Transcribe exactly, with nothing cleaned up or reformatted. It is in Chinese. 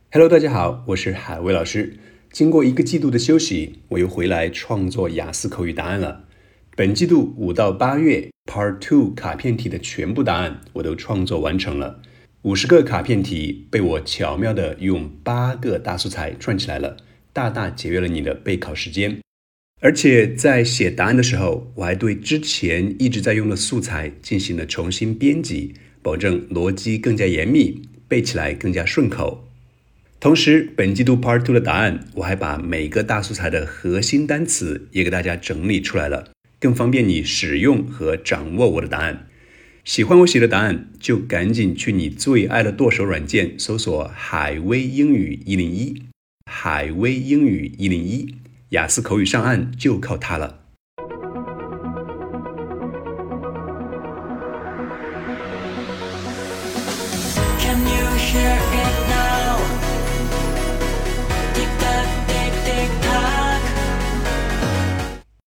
Hello，大家好，我是海威老师。经过一个季度的休息，我又回来创作雅思口语答案了。本季度五到八月 Part Two 卡片题的全部答案我都创作完成了。五十个卡片题被我巧妙地用八个大素材串起来了，大大节约了你的备考时间。而且在写答案的时候，我还对之前一直在用的素材进行了重新编辑，保证逻辑更加严密，背起来更加顺口。同时，本季度 Part Two 的答案，我还把每个大素材的核心单词也给大家整理出来了，更方便你使用和掌握我的答案。喜欢我写的答案，就赶紧去你最爱的剁手软件搜索海威英语一零一，海威英语一零一，雅思口语上岸就靠它了。